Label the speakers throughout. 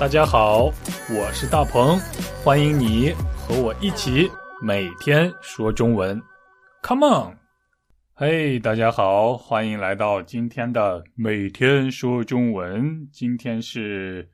Speaker 1: 大家好，我是大鹏，欢迎你和我一起每天说中文 Come on。 嘿，大家好，欢迎来到今天的每天说中文。今天是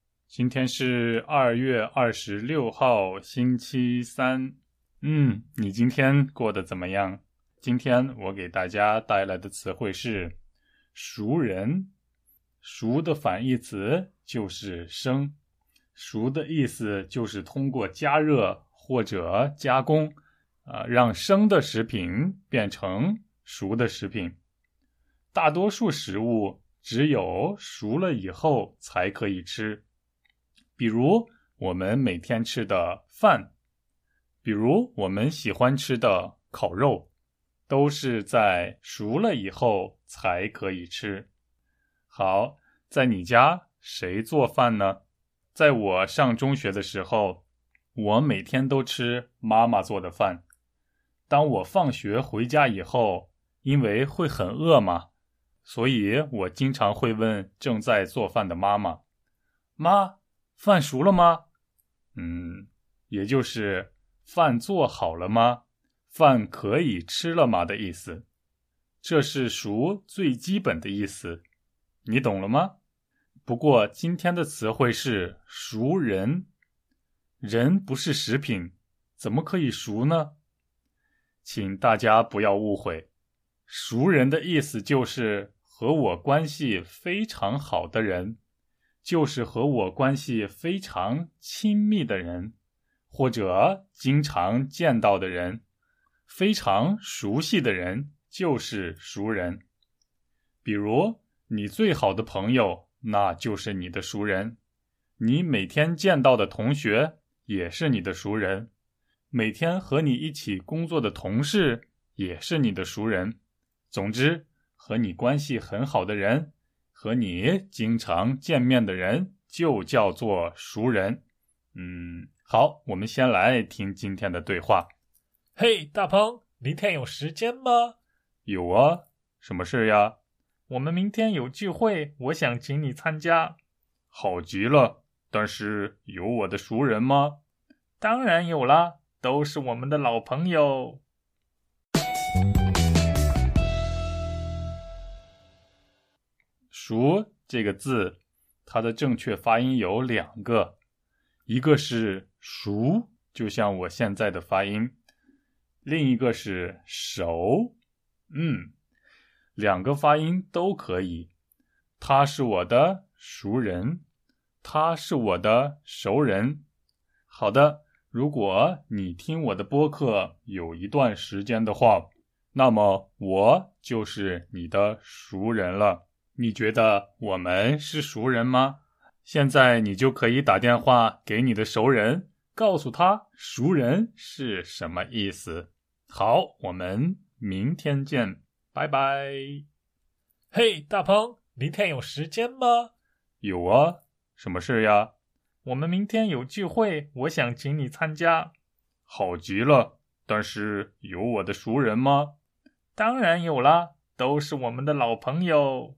Speaker 1: 2月26号星期三。你今天过得怎么样？今天我给大家带来的词汇是熟人。熟的反义词就是生，熟的意思就是通过加热或者加工，让生的食品变成熟的食品。大多数食物只有熟了以后才可以吃，比如我们每天吃的饭，比如我们喜欢吃的烤肉，都是在熟了以后才可以吃。好，在你家谁做饭呢？在我上中学的时候，我每天都吃妈妈做的饭。当我放学回家以后，因为会很饿嘛，所以我经常会问正在做饭的妈妈：妈，饭熟了吗？也就是饭做好了吗？饭可以吃了吗的意思。这是熟最基本的意思，你懂了吗？不过今天的词汇是熟人。人不是食品，怎么可以熟呢？请大家不要误会，熟人的意思就是和我关系非常好的人，就是和我关系非常亲密的人，或者经常见到的人，非常熟悉的人就是熟人。比如你最好的朋友，那就是你的熟人。你每天见到的同学也是你的熟人，每天和你一起工作的同事也是你的熟人。总之，和你关系很好的人，和你经常见面的人就叫做熟人。好，我们先来听今天的对话。
Speaker 2: 嘿，大鹏，明天有时间吗？
Speaker 1: 有啊，什么事呀？
Speaker 2: 我们明天有聚会，我想请你参加。
Speaker 1: 好极了，但是有我的熟人吗？
Speaker 2: 当然有啦，都是我们的老朋友。
Speaker 1: 熟这个字，它的正确发音有两个，一个是熟，就像我现在的发音，另一个是熟。两个发音都可以。他是我的熟人，他是我的熟人。好的，如果你听我的播客有一段时间的话，那么我就是你的熟人了。你觉得我们是熟人吗？现在你就可以打电话给你的熟人，告诉他熟人是什么意思。好，我们明天见，拜拜。
Speaker 2: 嘿，大鹏，明天有时间吗？
Speaker 1: 有啊，什么事呀？
Speaker 2: 我们明天有聚会，我想请你参加。
Speaker 1: 好极了，但是有我的熟人吗？
Speaker 2: 当然有啦，都是我们的老朋友。